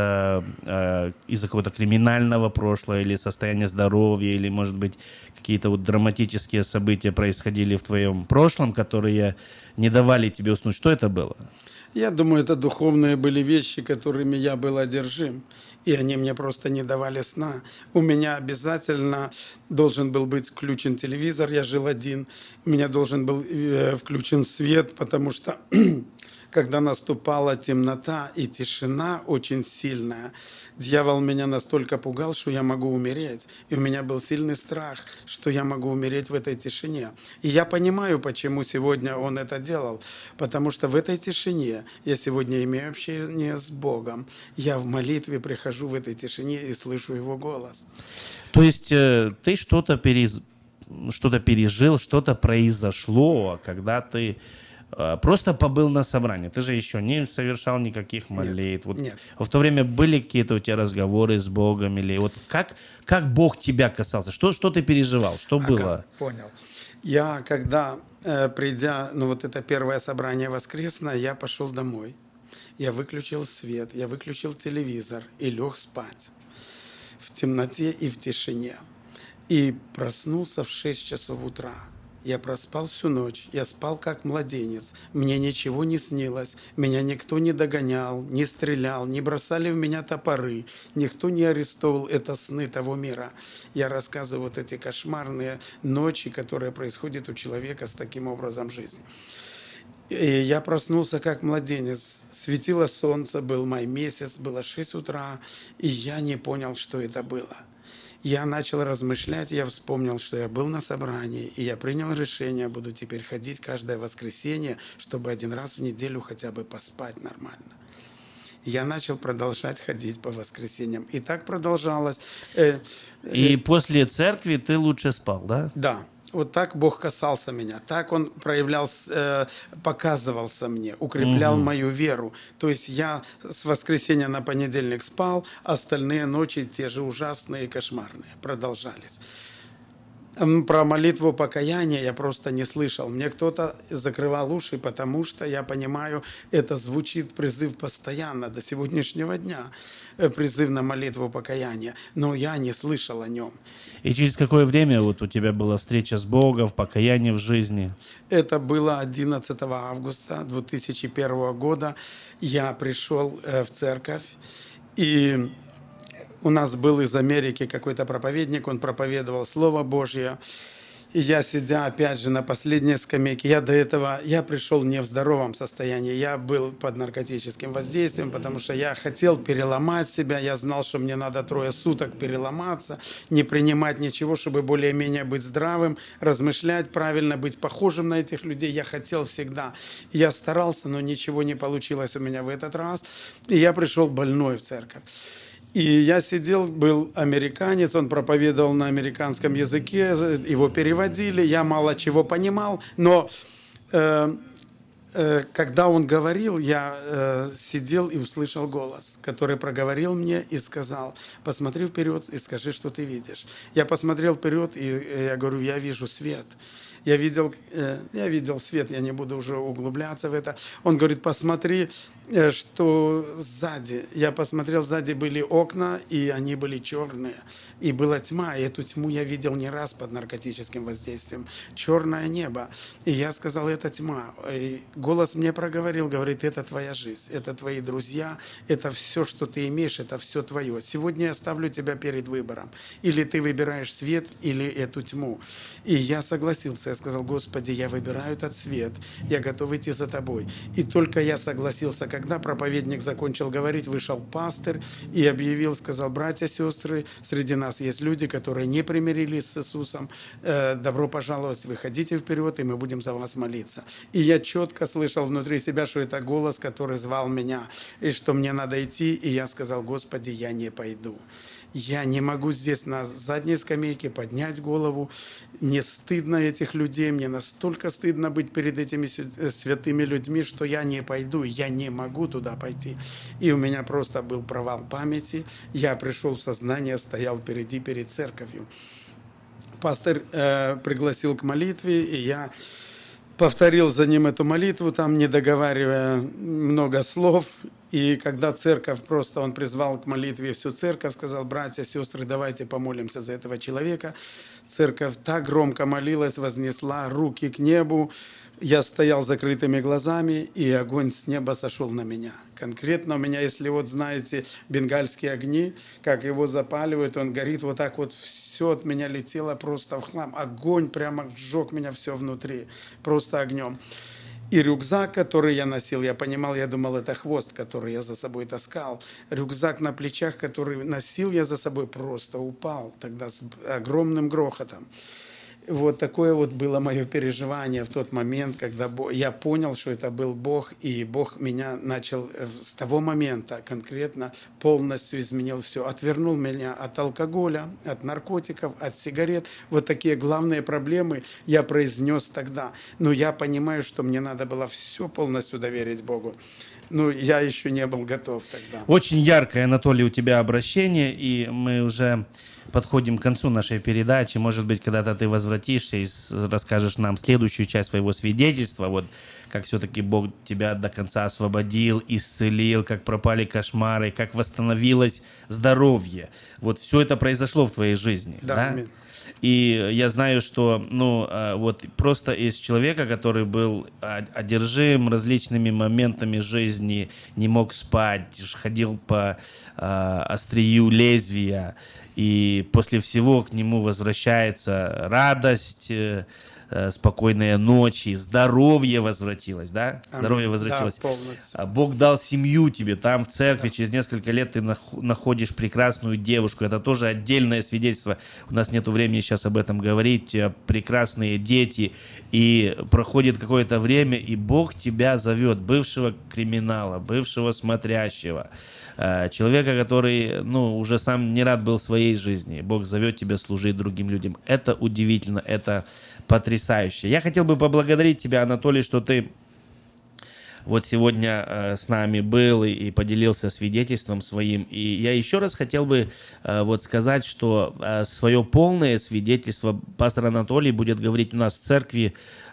[SPEAKER 11] какого-то криминального прошлого или состояния здоровья, или, может быть, какие-то вот драматические события происходили в твоем прошлом, которые не давали тебе уснуть? Что это было?
[SPEAKER 12] Я думаю, это духовные были вещи, которыми я был одержим. И они мне просто не давали сна. У меня обязательно должен был быть включен телевизор, я жил один. У меня должен был включен свет, потому что когда наступала темнота и тишина очень сильная, дьявол меня настолько пугал, что я могу умереть. И у меня был сильный страх, что я могу умереть в этой тишине. И я понимаю, почему сегодня он это делал. Потому что в этой тишине я сегодня имею общение с Богом. Я в молитве прихожу в этой тишине и слышу Его голос.
[SPEAKER 11] То есть ты что-то пережил, что-то произошло, когда ты просто побыл на собрании. Ты же еще не совершал никаких молитв.
[SPEAKER 12] Нет.
[SPEAKER 11] В то время были какие-то у тебя разговоры с Богом? Или вот как Бог тебя касался? Что ты переживал? Что было?
[SPEAKER 12] Понял. Я, когда, придя, вот это первое собрание воскресное, я пошел домой. Я выключил свет, я выключил телевизор и лег спать. В темноте и в тишине. И проснулся в 6 часов утра. Я проспал всю ночь, я спал как младенец, мне ничего не снилось, меня никто не догонял, не стрелял, не бросали в меня топоры, никто не арестовал, это сны того мира. Я рассказываю вот эти кошмарные ночи, которые происходят у человека с таким образом жизни. И я проснулся как младенец, светило солнце, был май месяц, было 6 утра, и я не понял, что это было. Я начал размышлять, я вспомнил, что я был на собрании, и я принял решение, буду теперь ходить каждое воскресенье, чтобы 1 раз в неделю хотя бы поспать нормально. Я начал продолжать ходить по воскресеньям. И так продолжалось.
[SPEAKER 11] И после церкви ты лучше спал, да?
[SPEAKER 12] Да. Вот так Бог касался меня, так Он показывался мне, укреплял мою веру. То есть я с воскресенья на понедельник спал, остальные ночи те же ужасные и кошмарные продолжались. Про молитву покаяния я просто не слышал. Мне кто-то закрывал уши, потому что, я понимаю, это звучит призыв постоянно, до сегодняшнего дня. Призыв на молитву покаяния. Но я не слышал о нем.
[SPEAKER 11] И через какое время вот у тебя была встреча с Богом, покаяние в жизни?
[SPEAKER 12] Это было 11 августа 2001 года. Я пришел в церковь, и у нас был из Америки какой-то проповедник, он проповедовал Слово Божье. И я, сидя опять же на последней скамейке, я пришел не в здоровом состоянии, я был под наркотическим воздействием, потому что я хотел переломать себя, я знал, что мне надо 3 суток переломаться, не принимать ничего, чтобы более-менее быть здравым, размышлять правильно, быть похожим на этих людей, я хотел всегда. Я старался, но ничего не получилось у меня в этот раз, и я пришел больной в церковь. И я сидел, был американец, он проповедовал на американском языке, его переводили, я мало чего понимал, но когда он говорил, я сидел и услышал голос, который проговорил мне и сказал: посмотри вперед и скажи, что ты видишь. Я посмотрел вперед, и я говорю: я вижу свет. Я видел свет, я не буду уже углубляться в это. Он говорит, посмотри, что сзади. Я посмотрел, сзади были окна, и они были черные. И была тьма, и эту тьму я видел не раз под наркотическим воздействием. Черное небо. И я сказал, это тьма. И голос мне проговорил, говорит, это твоя жизнь, это твои друзья, это все, что ты имеешь, это все твое. Сегодня я ставлю тебя перед выбором. Или ты выбираешь свет, или эту тьму. И я согласился, я сказал, Господи, я выбираю этот свет, я готов идти за тобой. И только я согласился, когда проповедник закончил говорить, вышел пастырь и объявил, сказал, братья, сестры, среди нас есть люди, которые не примирились с Иисусом. Добро пожаловать, выходите вперед, и мы будем за вас молиться. И я четко слышал внутри себя, что это голос, который звал меня, и что мне надо идти. И я сказал, Господи, я не пойду. Я не могу здесь на задней скамейке поднять голову. Мне стыдно этих людей, мне настолько стыдно быть перед этими святыми людьми, что я не пойду, я не могу туда пойти. И у меня просто был провал памяти. Я пришел в сознание, стоял впереди, перед церковью. Пастор пригласил к молитве, и я повторил за ним эту молитву, там не договаривая много слов. И когда церковь, просто он призвал к молитве всю церковь, сказал, братья, сестры, давайте помолимся за этого человека. Церковь так громко молилась, вознесла руки к небу. Я стоял с закрытыми глазами, и огонь с неба сошел на меня. Конкретно у меня, если вот знаете, бенгальские огни, как его запаливают, он горит, вот так вот все от меня летело просто в хлам. Огонь прямо сжег меня все внутри, просто огнем. И рюкзак, который я носил, я понимал, я думал, это хвост, который я за собой таскал. Рюкзак на плечах, который носил я за собой, просто упал тогда с огромным грохотом. Вот такое вот было мое переживание в тот момент, когда я понял, что это был Бог, и Бог меня начал с того момента конкретно полностью изменил все. Отвернул меня от алкоголя, от наркотиков, от сигарет. Вот такие главные проблемы я произнес тогда. Но я понимаю, что мне надо было все полностью доверить Богу. Ну, я еще не был готов тогда.
[SPEAKER 11] Очень яркое, Анатолий, у тебя обращение, и мы уже подходим к концу нашей передачи. Может быть, когда-то ты возвратишься и расскажешь нам следующую часть своего свидетельства, вот как все-таки Бог тебя до конца освободил, исцелил, как пропали кошмары, как восстановилось здоровье. Вот все это произошло в твоей жизни, да? И я знаю, что, вот просто из человека, который был одержим различными моментами жизни, не мог спать, ходил по острию лезвия, и после всего к нему возвращается радость, спокойные ночи, здоровье возвратилось, да? Здоровье возвратилось. Да, полностью. Бог дал семью тебе там, в церкви. Да. Через несколько лет ты находишь прекрасную девушку. Это тоже отдельное свидетельство. У нас нет времени сейчас об этом говорить. Прекрасные дети. И проходит какое-то время, и Бог тебя зовет, бывшего криминала, бывшего смотрящего, человека, который, уже сам не рад был своей жизни. Бог зовет тебя служить другим людям. Это удивительно, это потрясающе. Я хотел бы поблагодарить тебя, Анатолий, что ты вот сегодня с нами был и поделился свидетельством своим. И я еще раз хотел бы вот сказать, что свое полное свидетельство пастор Анатолий будет говорить у нас в церкви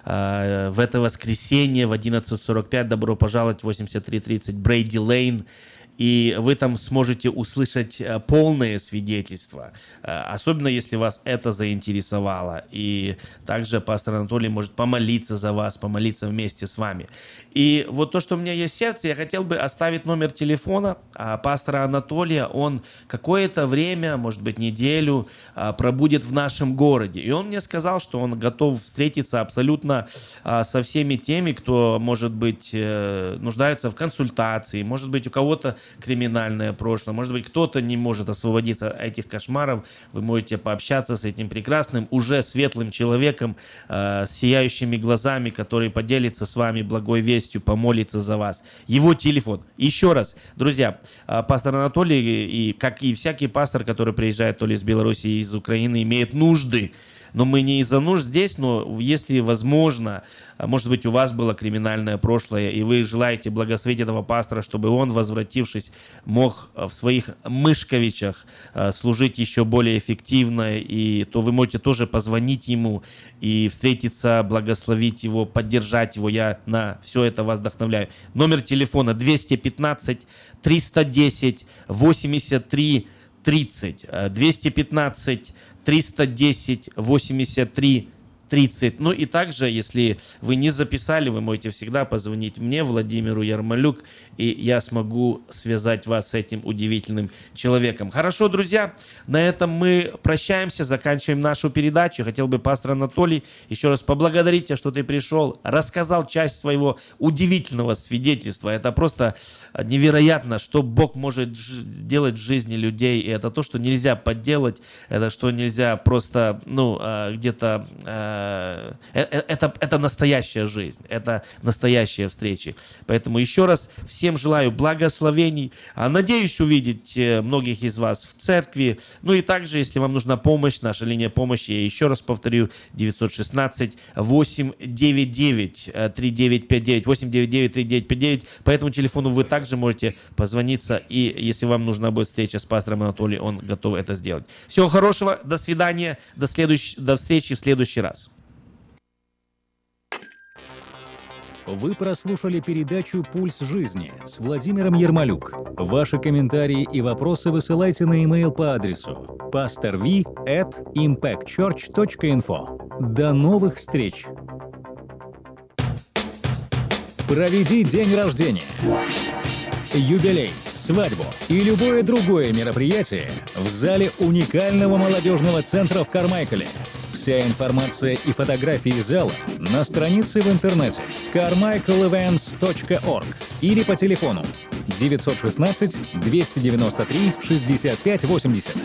[SPEAKER 11] в это воскресенье в 11:45. Добро пожаловать, 8330 Брейди Лейн. И вы там сможете услышать полное свидетельство, особенно если вас это заинтересовало. И также пастор Анатолий может помолиться за вас, помолиться вместе с вами. И вот то, что у меня есть в сердце, я хотел бы оставить номер телефона пастора Анатолия. Он какое-то время, может быть, неделю, пробудет в нашем городе. И он мне сказал, что он готов встретиться абсолютно со всеми теми, кто, может быть, нуждаются в консультации, может быть, у кого-то криминальное прошлое, может быть, кто-то не может освободиться от этих кошмаров. Вы можете пообщаться с этим прекрасным, уже светлым человеком, с сияющими глазами, который поделится с вами благой вестью, помолится за вас. Его телефон. Еще раз, друзья, пастор Анатолий, и как и всякий пастор, который приезжает то ли из Беларуси, из Украины, имеет нужды но мы не из-за нужд здесь, но если возможно, может быть, у вас было криминальное прошлое, и вы желаете благословить этого пастора, чтобы он, возвратившись, мог в своих Мышковичах служить еще более эффективно, и то вы можете тоже позвонить ему и встретиться, благословить его, поддержать его. Я на все это вас вдохновляю. Номер телефона 215 310 83 30. 215 310 83 30. Ну и также, если вы не записали, вы можете всегда позвонить мне, Владимиру Ярмолюк, и я смогу связать вас с этим удивительным человеком. Хорошо, друзья, на этом мы прощаемся, заканчиваем нашу передачу. Хотел бы, пастор Анатолий, еще раз поблагодарить тебя, что ты пришел, рассказал часть своего удивительного свидетельства. Это просто невероятно, что Бог может делать в жизни людей, и это то, что нельзя подделать, это что нельзя просто, где-то... Это настоящая жизнь, это настоящие встречи. Поэтому еще раз всем желаю благословений. Надеюсь увидеть многих из вас в церкви. Ну и также, если вам нужна помощь, наша линия помощи, я еще раз повторю, 916-899-3959, 899-3959. По этому телефону вы также можете позвониться, и если вам нужна будет встреча с пастором Анатолием, он готов это сделать. Всего хорошего, до свидания, до встречи в следующий раз.
[SPEAKER 9] Вы прослушали передачу «Пульс жизни» с Владимиром Ярмолюк. Ваши комментарии и вопросы высылайте на e-mail по адресу pastorv@impactchurch.info. До новых встреч! Проведи день рождения, юбилей, свадьбу и любое другое мероприятие в зале уникального молодежного центра в Кармайкале. Вся информация и фотографии зала на странице в интернете carmichaelevents.org или по телефону 916 293 65 80.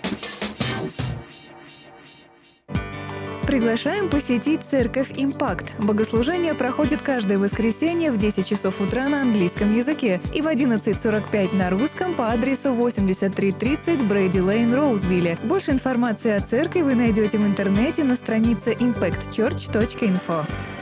[SPEAKER 10] Приглашаем посетить церковь «Импакт». Богослужение проходит каждое воскресенье в 10 часов утра на английском языке и в 11:45 на русском по адресу 8330 Брейди Лейн, Роузвилле. Больше информации о церкви вы найдете в интернете на странице impactchurch.info.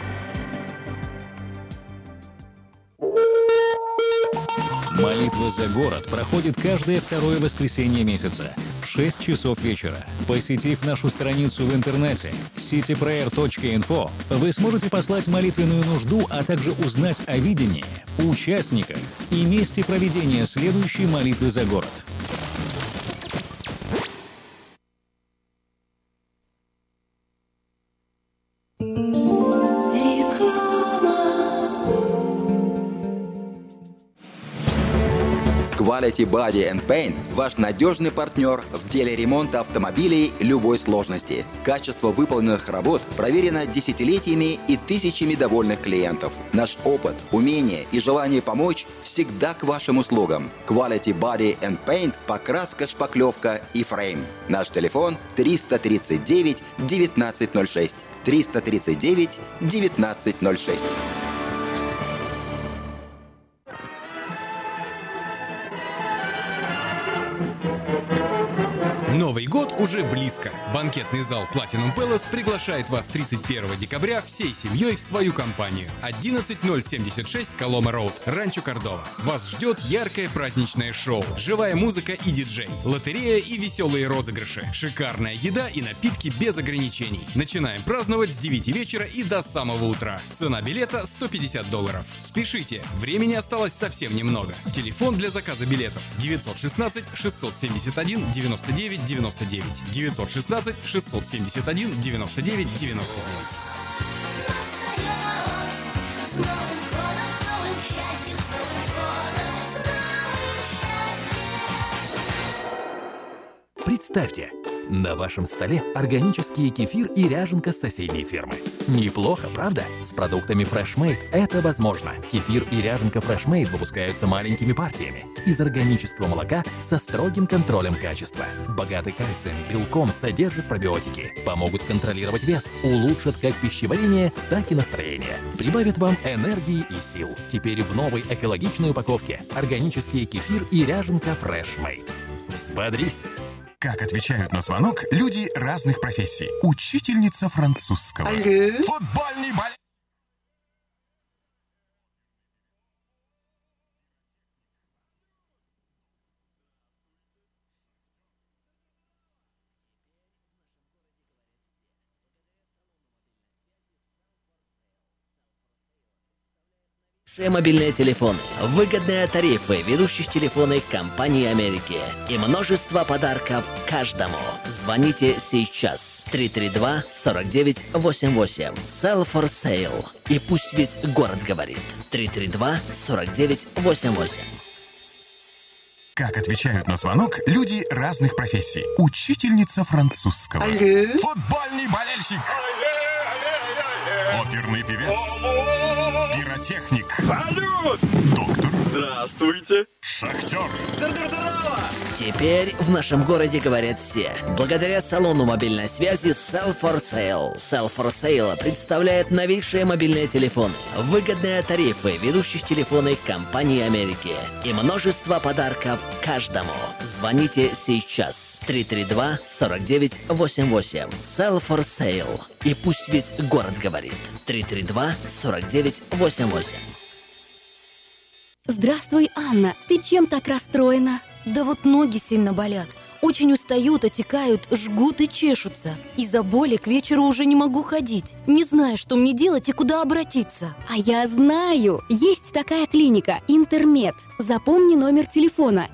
[SPEAKER 9] Молитва за город проходит каждое второе воскресенье месяца в 6 часов вечера. Посетив нашу страницу в интернете cityprayer.info, вы сможете послать молитвенную нужду, а также узнать о видении, участниках и месте проведения следующей молитвы за город.
[SPEAKER 1] Quality Body and Paint – ваш надежный партнер в деле ремонта автомобилей любой сложности. Качество выполненных работ проверено десятилетиями и тысячами довольных клиентов. Наш опыт, умение и желание помочь всегда к вашим услугам. Quality Body and Paint – покраска, шпаклевка и фрейм. Наш телефон 339 1906. 339 1906.
[SPEAKER 13] Новый год уже близко. Банкетный зал Platinum Palace приглашает вас 31 декабря всей семьей в свою компанию. 11076 Колома Роуд, Ранчо Кордова. Вас ждет яркое праздничное шоу, живая музыка и диджей, лотерея и веселые розыгрыши, шикарная еда и напитки без ограничений. Начинаем праздновать с 9 вечера и до самого утра. Цена билета $150. Спешите, времени осталось совсем немного. Телефон для заказа билетов 916 671 99 99 916 671 99 99.
[SPEAKER 14] Представьте, на вашем столе органический кефир и ряженка с соседней фермы. Неплохо, правда? С продуктами FreshMade это возможно. Кефир и ряженка FreshMade выпускаются маленькими партиями из органического молока со строгим контролем качества. Богатый кальцием, белком, содержит пробиотики, помогут контролировать вес, улучшат как пищеварение, так и настроение, прибавят вам энергии и сил. Теперь в новой экологичной упаковке органический кефир и ряженка FreshMade. Взбодрись!
[SPEAKER 15] Как отвечают на звонок люди разных профессий. Учительница французского.
[SPEAKER 16] Алло.
[SPEAKER 15] Футбольный болельщик.
[SPEAKER 17] Мобильные телефоны, выгодные тарифы ведущих телефонных компаний Америки и множество подарков каждому. Звоните сейчас. 332-4988. Sell for sale. И пусть весь город говорит. 332-4988.
[SPEAKER 15] Как отвечают на звонок люди разных профессий. Учительница французского.
[SPEAKER 16] Алло.
[SPEAKER 15] Футбольный болельщик. Оперный певец. Пиротехник.
[SPEAKER 16] Салют!
[SPEAKER 15] Доктор.
[SPEAKER 16] Здравствуйте.
[SPEAKER 15] Шахтер.
[SPEAKER 16] Здорово!
[SPEAKER 17] Теперь в нашем городе говорят все. Благодаря салону мобильной связи Sell for Sale. Sell for Sale представляет новейшие мобильные телефоны, выгодные тарифы ведущих телефонных компаний Америки и множество подарков каждому. Звоните сейчас. 332-4988. Sell for Sale. И пусть весь город говорит. 332-4988.
[SPEAKER 18] Здравствуй, Анна. Ты чем так расстроена?
[SPEAKER 19] Да вот ноги сильно болят. Очень устают, отекают, жгут и чешутся. Из-за боли к вечеру уже не могу ходить. Не знаю, что мне делать и куда обратиться.
[SPEAKER 18] А я знаю! Есть такая клиника «Интермед». Запомни номер телефона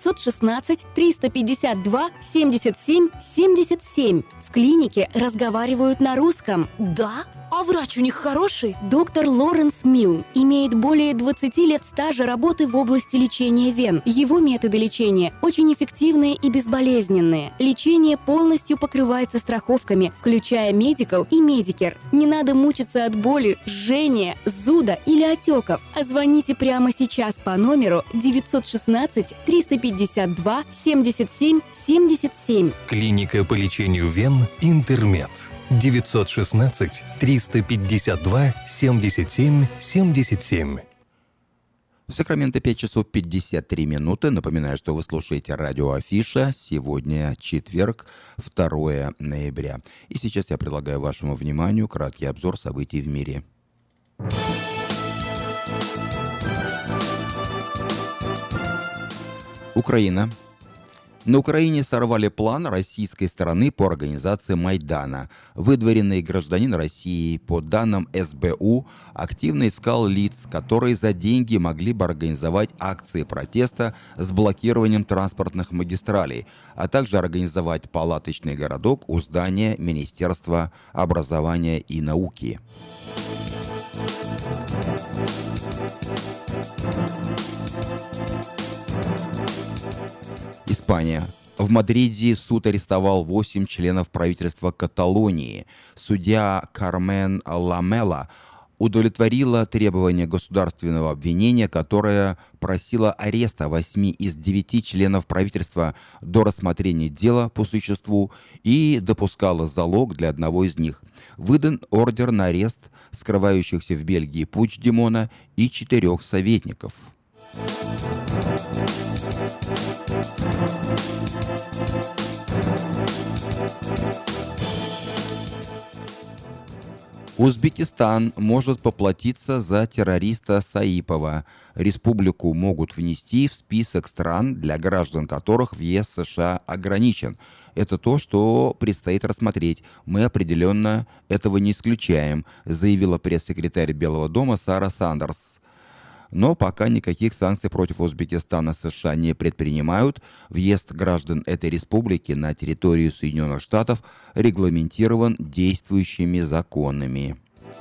[SPEAKER 18] 916-352-77-77. В клинике разговаривают на русском.
[SPEAKER 19] Да? А врач у них хороший?
[SPEAKER 18] Доктор Лоренс Милн имеет более 20 лет стажа работы в области лечения вен. Его методы лечения очень эффективные и безболезненные. Лечение полностью покрывается страховками, включая Medical и Medicare. Не надо мучиться от боли, жжения, зуда или отеков. А звоните прямо сейчас по номеру 916-352-77-77.
[SPEAKER 4] Клиника по лечению вен «Интермед». 916-352-77-77.
[SPEAKER 1] В Сакраменто 5 часов 53 минуты. Напоминаю, что вы слушаете радио Афиша. Сегодня четверг, 2 ноября. И сейчас я предлагаю вашему вниманию краткий обзор событий в мире. Украина. На Украине сорвали план российской стороны по организации Майдана. Выдворенный гражданин России, по данным СБУ, активно искал лиц, которые за деньги могли бы организовать акции протеста с блокированием транспортных магистралей, а также организовать палаточный городок у здания Министерства образования и науки. Испания. В Мадриде суд арестовал 8 членов правительства Каталонии. Судья Кармен Ламела удовлетворила требования государственного обвинения, которое просило ареста 8 из 9 членов правительства до рассмотрения дела по существу и допускала залог для одного из них. Выдан ордер на арест скрывающихся в Бельгии Пучдемона и 4 советников. Узбекистан может поплатиться за террориста Саипова. Республику могут внести в список стран, для граждан которых въезд в США ограничен. Это то, что предстоит рассмотреть. Мы определенно этого не исключаем, заявила пресс-секретарь Белого дома Сара Сандерс. Но пока никаких санкций против Узбекистана США не предпринимают. Въезд граждан этой республики на территорию Соединенных Штатов регламентирован действующими законами.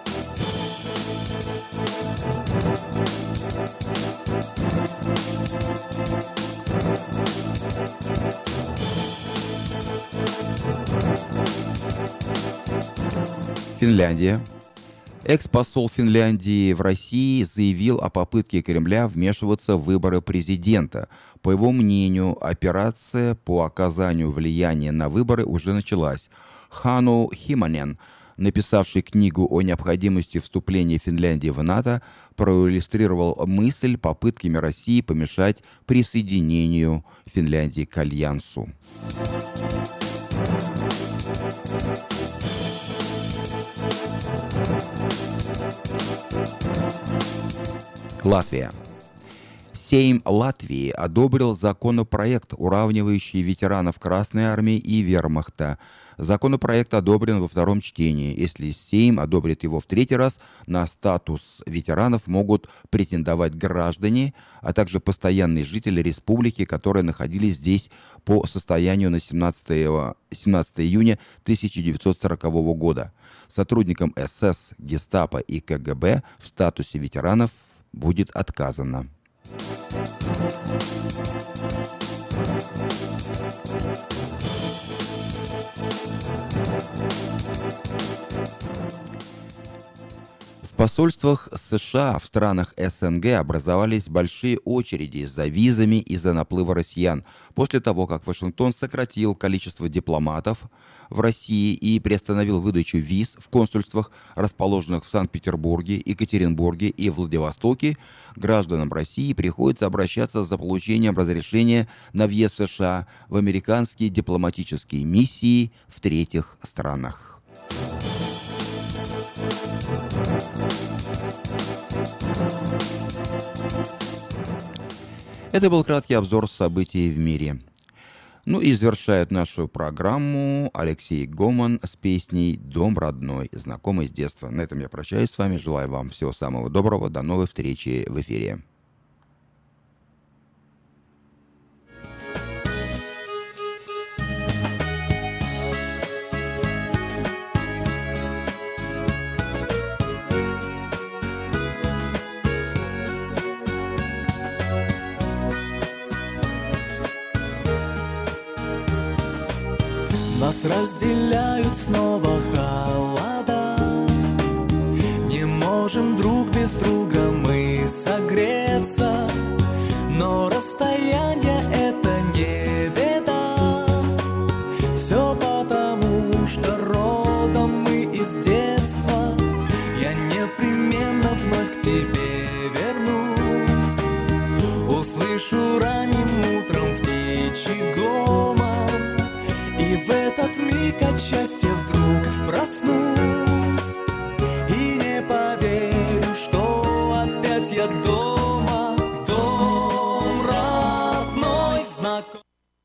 [SPEAKER 1] Финляндия. Экс-посол Финляндии в России заявил о попытке Кремля вмешиваться в выборы президента. По его мнению, операция по оказанию влияния на выборы уже началась. Хану Химанен написавший книгу о необходимости вступления Финляндии в НАТО, проиллюстрировал мысль попытками России помешать присоединению Финляндии к Альянсу. Латвия. Сейм Латвии одобрил законопроект, уравнивающий ветеранов Красной Армии и Вермахта. Законопроект одобрен во втором чтении. Если Сейм одобрит его в третий раз, на статус ветеранов могут претендовать граждане, а также постоянные жители республики, которые находились здесь по состоянию на 17 июня 1940 года. Сотрудникам СС, Гестапо и КГБ в статусе ветеранов будет отказано. В посольствах США в странах СНГ образовались большие очереди за визами из-за наплыва россиян, после того, как Вашингтон сократил количество дипломатов в России и приостановил выдачу виз в консульствах, расположенных в Санкт-Петербурге, Екатеринбурге и Владивостоке. Гражданам России приходится обращаться за получением разрешения на въезд в США в американские дипломатические миссии в третьих странах. Это был краткий обзор событий в мире. Ну и завершает нашу программу Алексей Гоман с песней «Дом родной», знакомый с детства. На этом я прощаюсь с вами. Желаю вам всего самого доброго. До новой встречи в эфире.
[SPEAKER 20] Нас разделяют снова холода. Не можем друг без друга мы согреться, но расстояние это не беда. Все потому, что родом мы из детства. Я непременно вновь к тебе вернусь. Услышу ранним утром птичий гомон, и в этот миг от счастья вдруг проснусь. И не поверю, что опять я дома. Дом родной, знакомый.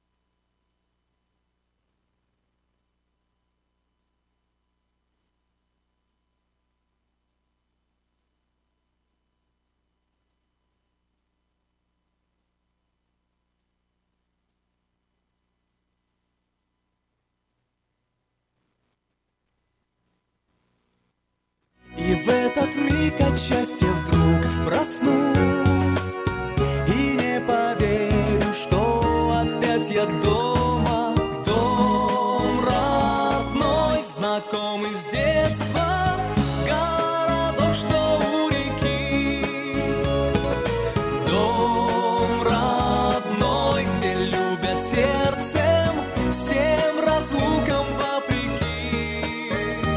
[SPEAKER 20] И в этот миг от счастья вдруг проснусь. И не поверю, что опять я дома. Дом родной, знакомый с детства. Городок, что у реки. Дом родной, где любят сердцем, всем разлукам вопреки.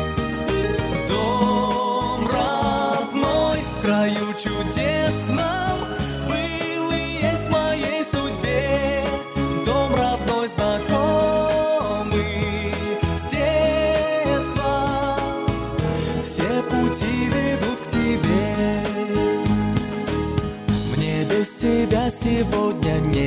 [SPEAKER 20] Дом родной в краю чудесном был и есть в моей судьбе. Дом родной, знакомый с детства. Все пути ведут к тебе. Мне без тебя сегодня не